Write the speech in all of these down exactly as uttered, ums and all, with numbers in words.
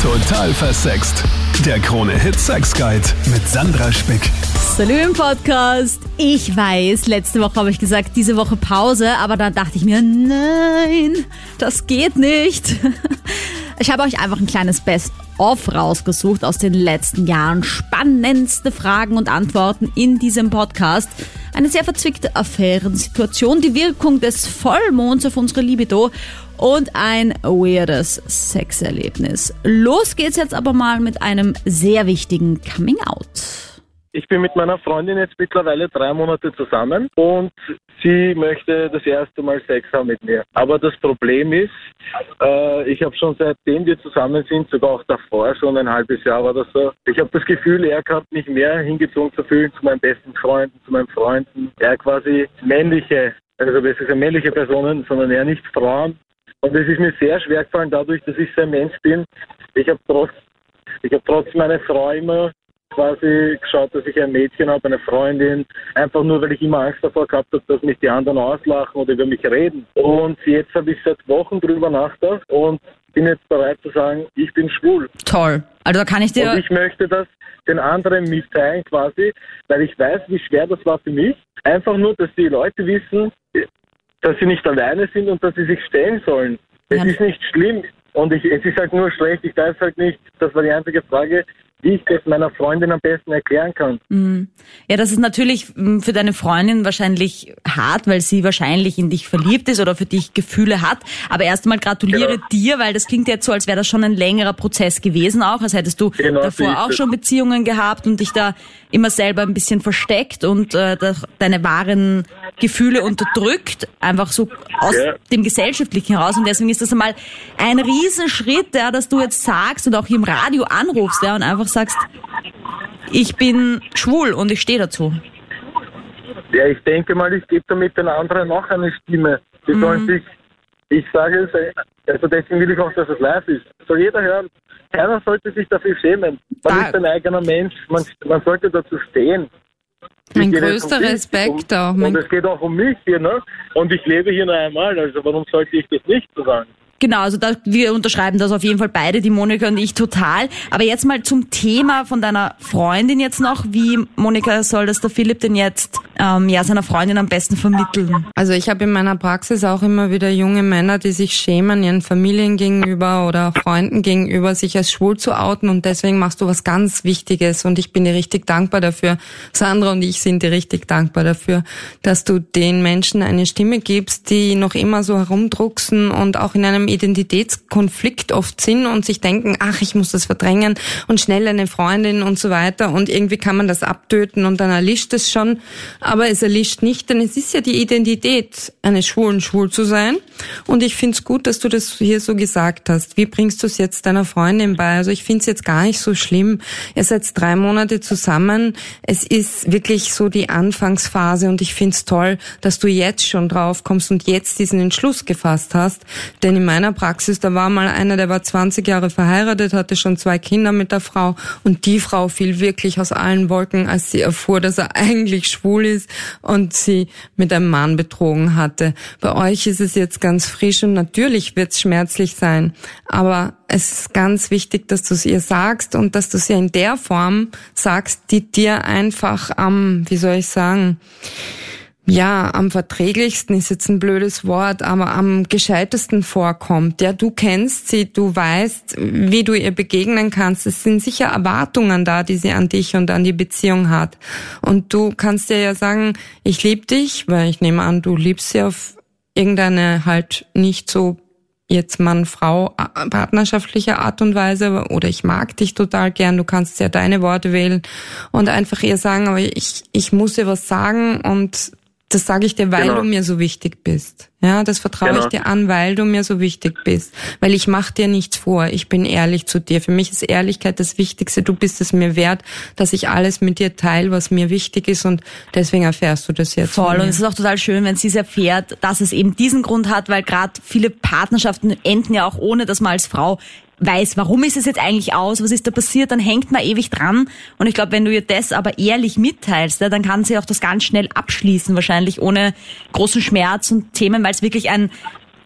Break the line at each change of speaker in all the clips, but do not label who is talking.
Total versext. Der Krone-Hit Sex Guide mit Sandra Spick.
Salut im Podcast. Ich weiß, letzte Woche habe ich gesagt, diese Woche Pause, aber dann dachte ich mir, nein, das geht nicht. Ich habe euch einfach ein kleines Best-of rausgesucht aus den letzten Jahren. Spannendste Fragen und Antworten in diesem Podcast. Eine sehr verzwickte Affärensituation, die Wirkung des Vollmonds auf unsere Libido und ein weirdes Sexerlebnis. Los geht's jetzt aber mal mit einem sehr wichtigen Coming-out.
Ich bin mit meiner Freundin jetzt mittlerweile drei Monate zusammen und sie möchte das erste Mal Sex haben mit mir. Aber das Problem ist, äh, ich habe schon seitdem wir zusammen sind, sogar auch davor, schon ein halbes Jahr oder so, ich habe das Gefühl, er hat mich mehr hingezogen zu fühlen zu meinen besten Freunden, zu meinen Freunden. Er quasi männliche, also das sind männliche Personen, sondern er nicht Frauen. Und es ist mir sehr schwer gefallen, dadurch, dass ich so ein Mensch bin. Ich habe trotz, ich hab trotz meiner Frau immer quasi geschaut, dass ich ein Mädchen habe, eine Freundin, einfach nur, weil ich immer Angst davor gehabt habe, dass mich die anderen auslachen oder über mich reden. Und jetzt habe ich seit Wochen drüber nachgedacht und bin jetzt bereit zu sagen, ich bin schwul.
Toll. Also da kann ich dir...
Und ich möchte das den anderen mitteilen quasi, weil ich weiß, wie schwer das war für mich. Einfach nur, dass die Leute wissen, dass sie nicht alleine sind und dass sie sich stellen sollen. Es ja. ist nicht schlimm und ich, es ist halt nur schlecht. Ich weiß halt nicht, das war die einzige Frage, wie ich das meiner Freundin am besten erklären kann.
Mhm. Ja, das ist natürlich für deine Freundin wahrscheinlich hart, weil sie wahrscheinlich in dich verliebt ist oder für dich Gefühle hat. Aber erst einmal gratuliere genau. dir, weil das klingt jetzt so, als wäre das schon ein längerer Prozess gewesen auch. Als hättest du genau, davor auch schon Beziehungen gehabt und dich da immer selber ein bisschen versteckt und äh, deine wahren Gefühle unterdrückt, einfach so aus ja. dem Gesellschaftlichen heraus. Und deswegen ist das einmal ein Riesenschritt, ja, dass du jetzt sagst und auch hier im Radio anrufst, ja, und einfach sagst, ich bin schwul und ich stehe dazu.
Ja, ich denke mal, ich gebe damit den anderen noch eine Stimme. Die mhm. sollen sich, ich sage es, also deswegen will ich auch, dass es live ist. Soll jeder hören. Keiner sollte sich dafür schämen. Man da. ist ein eigener Mensch, man, man sollte dazu stehen.
Mein größter um Respekt
um,
auch.
Und es geht auch um mich hier, ne? Und ich lebe hier nur einmal, also warum sollte ich das nicht so sagen?
Genau, also da, wir unterschreiben das auf jeden Fall beide, die Monika und ich, total. Aber jetzt mal zum Thema von deiner Freundin jetzt noch. Wie, Monika, soll das der Philipp denn jetzt ähm, ja seiner Freundin am besten vermitteln?
Also ich habe in meiner Praxis auch immer wieder junge Männer, die sich schämen, ihren Familien gegenüber oder Freunden gegenüber, sich als schwul zu outen. Und deswegen machst du was ganz Wichtiges. Und ich bin dir richtig dankbar dafür. Sandra und ich sind dir richtig dankbar dafür, dass du den Menschen eine Stimme gibst, die noch immer so herumdrucksen und auch in einem Identitätskonflikt oft sind und sich denken, ach, ich muss das verdrängen und schnell eine Freundin und so weiter und irgendwie kann man das abtöten und dann erlischt es schon, aber es erlischt nicht, denn es ist ja die Identität eines Schwulen, schwul zu sein und ich finde es gut, dass du das hier so gesagt hast. Wie bringst du es jetzt deiner Freundin bei? Also ich finde es jetzt gar nicht so schlimm. Ihr seid drei Monate zusammen. Es ist wirklich so die Anfangsphase und ich finde es toll, dass du jetzt schon drauf kommst und jetzt diesen Entschluss gefasst hast, denn in meiner Praxis, da war mal einer, der war zwanzig Jahre verheiratet, hatte schon zwei Kinder mit der Frau und die Frau fiel wirklich aus allen Wolken, als sie erfuhr, dass er eigentlich schwul ist und sie mit einem Mann betrogen hatte. Bei euch ist es jetzt ganz frisch und natürlich wird es schmerzlich sein, aber es ist ganz wichtig, dass du es ihr sagst und dass du es ihr in der Form sagst, die dir einfach am, wie soll ich sagen, ja, am verträglichsten ist jetzt ein blödes Wort, aber am gescheitesten vorkommt. Ja, du kennst sie, du weißt, wie du ihr begegnen kannst. Es sind sicher Erwartungen da, die sie an dich und an die Beziehung hat. Und du kannst ihr ja sagen, ich liebe dich, weil ich nehme an, du liebst sie auf irgendeine halt nicht so jetzt Mann-Frau partnerschaftliche Art und Weise oder ich mag dich total gern, du kannst ja deine Worte wählen und einfach ihr sagen, aber ich, ich muss ihr was sagen und das sage ich dir, weil genau. du mir so wichtig bist. Ja, das vertraue genau. ich dir an, weil du mir so wichtig bist. Weil ich mache dir nichts vor. Ich bin ehrlich zu dir. Für mich ist Ehrlichkeit das Wichtigste. Du bist es mir wert, dass ich alles mit dir teile, was mir wichtig ist. Und deswegen erfährst du das jetzt.
Voll. Und es ist auch total schön, wenn sie es erfährt, dass es eben diesen Grund hat, weil gerade viele Partnerschaften enden ja auch ohne, dass man als Frau weiß, warum ist es jetzt eigentlich aus, was ist da passiert, dann hängt man ewig dran. Und ich glaube, wenn du ihr das aber ehrlich mitteilst, ja, dann kann sie auch das ganz schnell abschließen, wahrscheinlich ohne großen Schmerz und Themen, weil es wirklich ein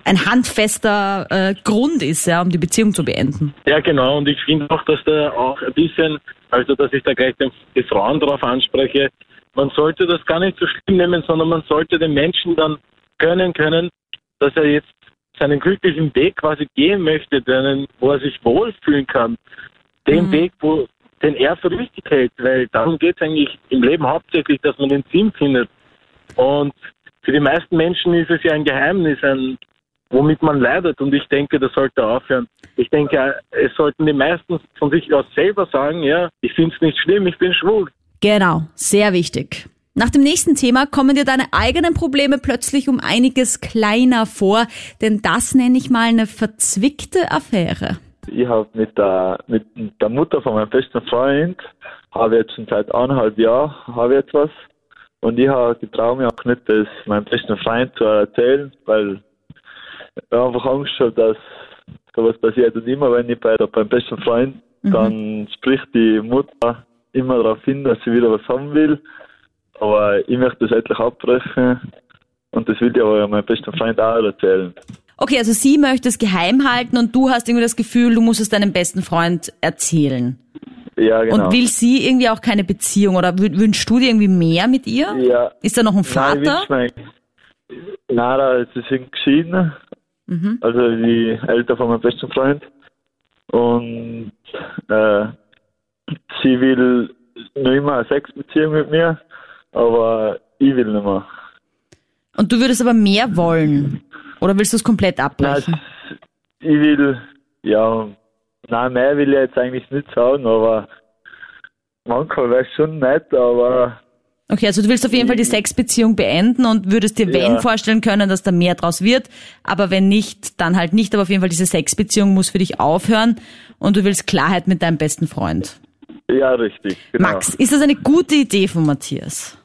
ein handfester äh, Grund ist, ja, um die Beziehung zu beenden.
Ja, genau. Und ich finde auch, dass da auch ein bisschen, also dass ich da gleich den, die Frauen darauf anspreche, man sollte das gar nicht so schlimm nehmen, sondern man sollte den Menschen dann gönnen können, dass er jetzt seinen glücklichen Weg quasi gehen möchte, den, wo er sich wohlfühlen kann. Den mhm. Weg, wo, den er für richtig hält, weil darum geht es eigentlich im Leben hauptsächlich, dass man den Sinn findet. Und für die meisten Menschen ist es ja ein Geheimnis, ein, womit man leidet. Und ich denke, das sollte aufhören. Ich denke, es sollten die meisten von sich aus selber sagen, ja, ich finde es nicht schlimm, ich bin schwul.
Genau, sehr wichtig. Nach dem nächsten Thema kommen dir deine eigenen Probleme plötzlich um einiges kleiner vor, denn das nenne ich mal eine verzwickte Affäre.
Ich habe mit der, mit der Mutter von meinem besten Freund, habe jetzt schon seit eineinhalb Jahren, habe jetzt was. Und ich habe getraut mich auch nicht, das meinem besten Freund zu erzählen, weil ich einfach Angst habe, dass sowas passiert. Und immer wenn ich bei der, beim besten Freund, mhm. dann spricht die Mutter immer darauf hin, dass sie wieder was haben will. Aber ich möchte das endlich abbrechen und das will ich aber meinem besten Freund auch erzählen.
Okay, also sie möchte es geheim halten und du hast irgendwie das Gefühl, du musst es deinem besten Freund erzählen.
Ja, genau.
Und will sie irgendwie auch keine Beziehung oder wünschst du dir irgendwie mehr mit ihr?
Ja.
Ist da noch ein Vater?
Nein, ich wünsche mir, nein, sie sind geschieden. Mhm. Also die Eltern von meinem besten Freund. Und äh, sie will noch immer eine Sexbeziehung mit mir, aber ich will nicht mehr.
Und du würdest aber mehr wollen? Oder willst du es komplett abbrechen?
Nein, ich will, ja, nein, mehr will ich jetzt eigentlich nicht sagen, aber manchmal wäre es schon nett, aber...
Okay, also du willst auf jeden Fall die Sexbeziehung beenden und würdest dir, wenn, ja. vorstellen können, dass da mehr draus wird, aber wenn nicht, dann halt nicht, aber auf jeden Fall diese Sexbeziehung muss für dich aufhören und du willst Klarheit mit deinem besten Freund.
Ja, richtig, genau.
Max, ist das eine gute Idee von Matthias?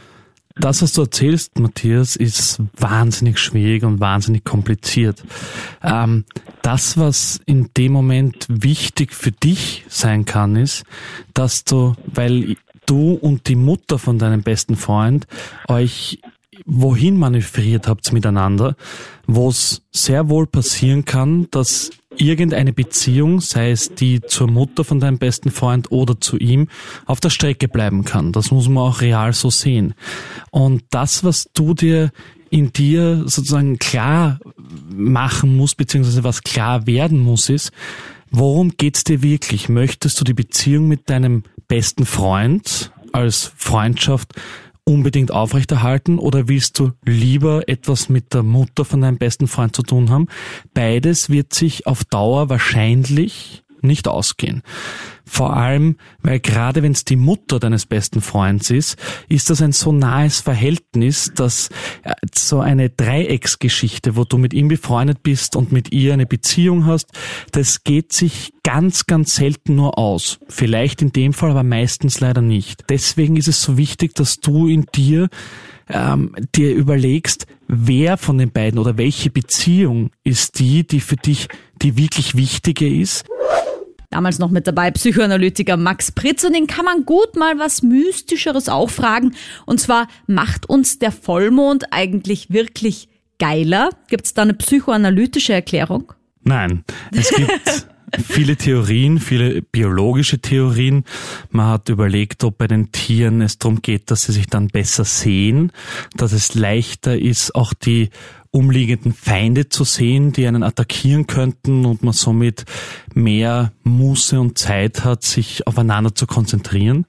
Das, was du erzählst, Matthias, ist wahnsinnig schwierig und wahnsinnig kompliziert. Ähm, das, was in dem Moment wichtig für dich sein kann, ist, dass du, weil du und die Mutter von deinem besten Freund euch wohin manövriert habt miteinander, wo es sehr wohl passieren kann, dass irgendeine Beziehung, sei es die zur Mutter von deinem besten Freund oder zu ihm, auf der Strecke bleiben kann. Das muss man auch real so sehen. Und das, was du dir in dir sozusagen klar machen musst, beziehungsweise was klar werden muss, ist, worum geht's dir wirklich? Möchtest du die Beziehung mit deinem besten Freund als Freundschaft unbedingt aufrechterhalten oder willst du lieber etwas mit der Mutter von deinem besten Freund zu tun haben? Beides wird sich auf Dauer wahrscheinlich nicht ausgehen. Vor allem, weil gerade wenn es die Mutter deines besten Freunds ist, ist das ein so nahes Verhältnis, dass so eine Dreiecksgeschichte, wo du mit ihm befreundet bist und mit ihr eine Beziehung hast, das geht sich ganz, ganz selten nur aus. Vielleicht in dem Fall, aber meistens leider nicht. Deswegen ist es so wichtig, dass du in dir ähm, dir überlegst, wer von den beiden oder welche Beziehung ist die, die für dich die wirklich wichtige ist.
Damals noch mit dabei Psychoanalytiker Max Pritz und den kann man gut mal was Mystischeres auch fragen. Und zwar, macht uns der Vollmond eigentlich wirklich geiler? Gibt es da eine psychoanalytische Erklärung?
Nein, es gibt viele Theorien, viele biologische Theorien. Man hat überlegt, ob bei den Tieren es darum geht, dass sie sich dann besser sehen, dass es leichter ist, auch die umliegenden Feinde zu sehen, die einen attackieren könnten und man somit mehr Muße und Zeit hat, sich aufeinander zu konzentrieren.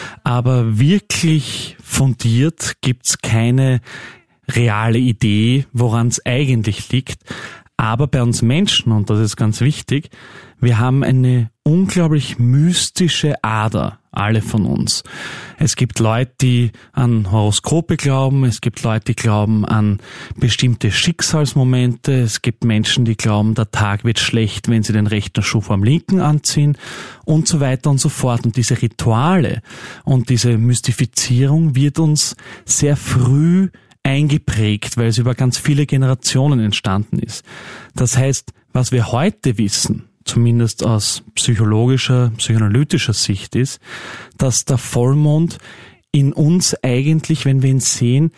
Aber wirklich fundiert gibt's keine reale Idee, woran es eigentlich liegt. Aber bei uns Menschen, und das ist ganz wichtig, wir haben eine unglaublich mystische Ader, alle von uns. Es gibt Leute, die an Horoskope glauben, es gibt Leute, die glauben an bestimmte Schicksalsmomente, es gibt Menschen, die glauben, der Tag wird schlecht, wenn sie den rechten Schuh vom linken anziehen und so weiter und so fort. Und diese Rituale und diese Mystifizierung wird uns sehr früh eingeprägt, weil es über ganz viele Generationen entstanden ist. Das heißt, was wir heute wissen, zumindest aus psychologischer, psychoanalytischer Sicht, ist, dass der Vollmond in uns eigentlich, wenn wir ihn sehen,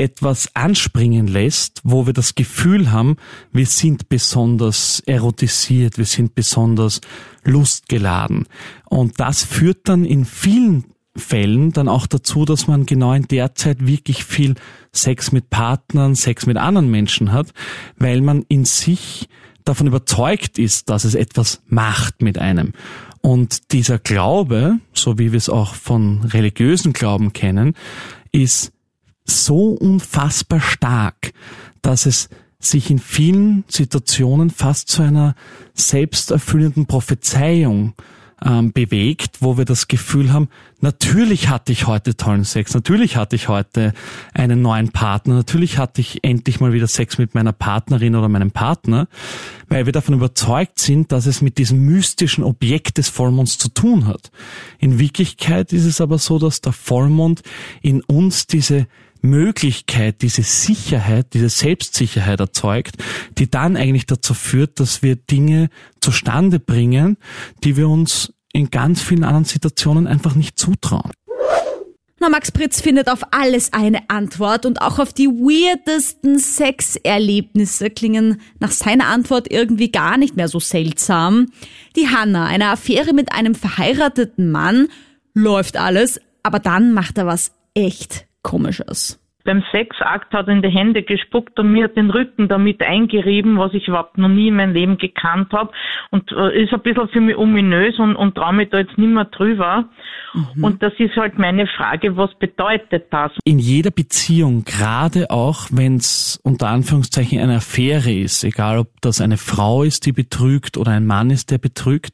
etwas anspringen lässt, wo wir das Gefühl haben, wir sind besonders erotisiert, wir sind besonders lustgeladen. Und das führt dann in vielen Fällen dann auch dazu, dass man genau in der Zeit wirklich viel Sex mit Partnern, Sex mit anderen Menschen hat, weil man in sich davon überzeugt ist, dass es etwas macht mit einem. Und dieser Glaube, so wie wir es auch von religiösen Glauben kennen, ist so unfassbar stark, dass es sich in vielen Situationen fast zu einer selbsterfüllenden Prophezeiung ähm, bewegt, wo wir das Gefühl haben, natürlich hatte ich heute tollen Sex, natürlich hatte ich heute einen neuen Partner, natürlich hatte ich endlich mal wieder Sex mit meiner Partnerin oder meinem Partner, weil wir davon überzeugt sind, dass es mit diesem mystischen Objekt des Vollmonds zu tun hat. In Wirklichkeit ist es aber so, dass der Vollmond in uns diese Möglichkeit, diese Sicherheit, diese Selbstsicherheit erzeugt, die dann eigentlich dazu führt, dass wir Dinge zustande bringen, die wir uns in ganz vielen anderen Situationen einfach nicht zutrauen.
Na, Max Pritz findet auf alles eine Antwort und auch auf die weirdesten Sexerlebnisse klingen nach seiner Antwort irgendwie gar nicht mehr so seltsam. Die Hanna, eine Affäre mit einem verheirateten Mann, läuft alles, aber dann macht er was echt Komisches.
Beim Sexakt hat er in die Hände gespuckt und mir den Rücken damit eingerieben, was ich überhaupt noch nie in meinem Leben gekannt habe. Und äh, ist ein bisschen für mich ominös und, und traue mich da jetzt nicht mehr drüber. Mhm. Und das ist halt meine Frage, was bedeutet das?
In jeder Beziehung, gerade auch wenn es unter Anführungszeichen eine Affäre ist, egal ob das eine Frau ist, die betrügt oder ein Mann ist, der betrügt,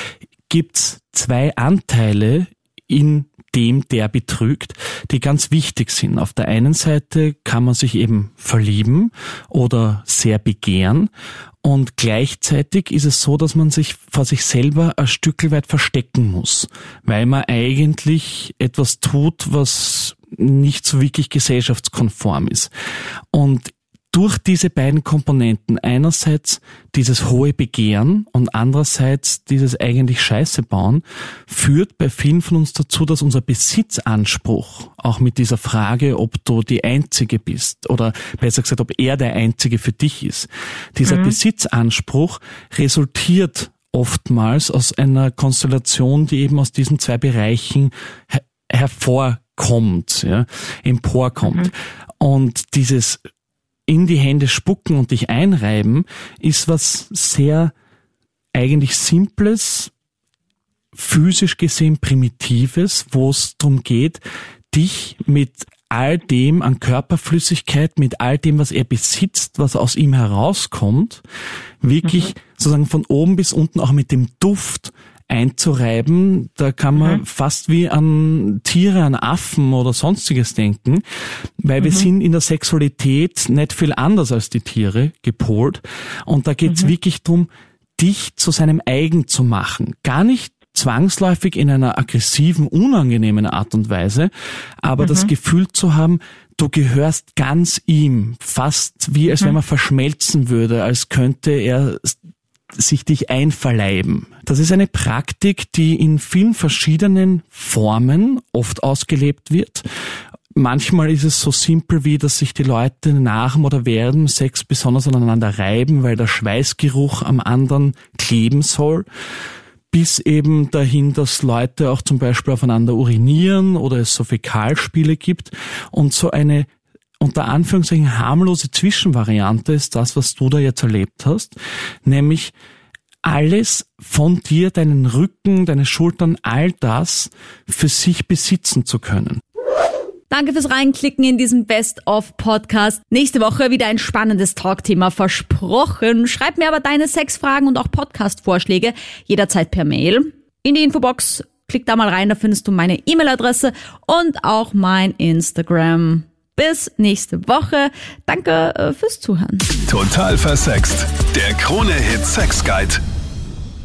gibt's zwei Anteile in dem, der betrügt, die ganz wichtig sind. Auf der einen Seite kann man sich eben verlieben oder sehr begehren und gleichzeitig ist es so, dass man sich vor sich selber ein Stück weit verstecken muss, weil man eigentlich etwas tut, was nicht so wirklich gesellschaftskonform ist. Und durch diese beiden Komponenten, einerseits dieses hohe Begehren und andererseits dieses eigentlich Scheiße bauen, führt bei vielen von uns dazu, dass unser Besitzanspruch, auch mit dieser Frage, ob du die Einzige bist oder besser gesagt, ob er der Einzige für dich ist, dieser mhm. Besitzanspruch resultiert oftmals aus einer Konstellation, die eben aus diesen zwei Bereichen her- hervorkommt, ja, emporkommt. Mhm. Und dieses in die Hände spucken und dich einreiben, ist was sehr eigentlich Simples, physisch gesehen Primitives, wo es darum geht, dich mit all dem an Körperflüssigkeit, mit all dem, was er besitzt, was aus ihm herauskommt, wirklich mhm. sozusagen von oben bis unten auch mit dem Duft einzureiben. Da kann man mhm. fast wie an Tiere, an Affen oder sonstiges denken, weil mhm. wir sind in der Sexualität nicht viel anders als die Tiere gepolt. Und da geht es mhm. wirklich darum, dich zu seinem eigen zu machen. Gar nicht zwangsläufig in einer aggressiven, unangenehmen Art und Weise, aber mhm. das Gefühl zu haben, du gehörst ganz ihm, fast wie als mhm. wenn man verschmelzen würde, als könnte er sich dich einverleiben. Das ist eine Praktik, die in vielen verschiedenen Formen oft ausgelebt wird. Manchmal ist es so simpel wie, dass sich die Leute nach dem oder während dem Sex besonders aneinander reiben, weil der Schweißgeruch am anderen kleben soll, bis eben dahin, dass Leute auch zum Beispiel aufeinander urinieren oder es so Fäkalspiele gibt und so eine unter Anführungszeichen harmlose Zwischenvariante ist das, was du da jetzt erlebt hast, nämlich alles von dir, deinen Rücken, deine Schultern, all das für sich besitzen zu können.
Danke fürs Reinklicken in diesen Best-of-Podcast. Nächste Woche wieder ein spannendes Talkthema versprochen. Schreib mir aber deine Sexfragen und auch Podcast-Vorschläge jederzeit per Mail. In die Infobox, klick da mal rein, da findest du meine E-Mail-Adresse und auch mein Instagram. Bis nächste Woche. Danke äh, fürs Zuhören.
Total versext. Der Krone-Hit Sex Guide.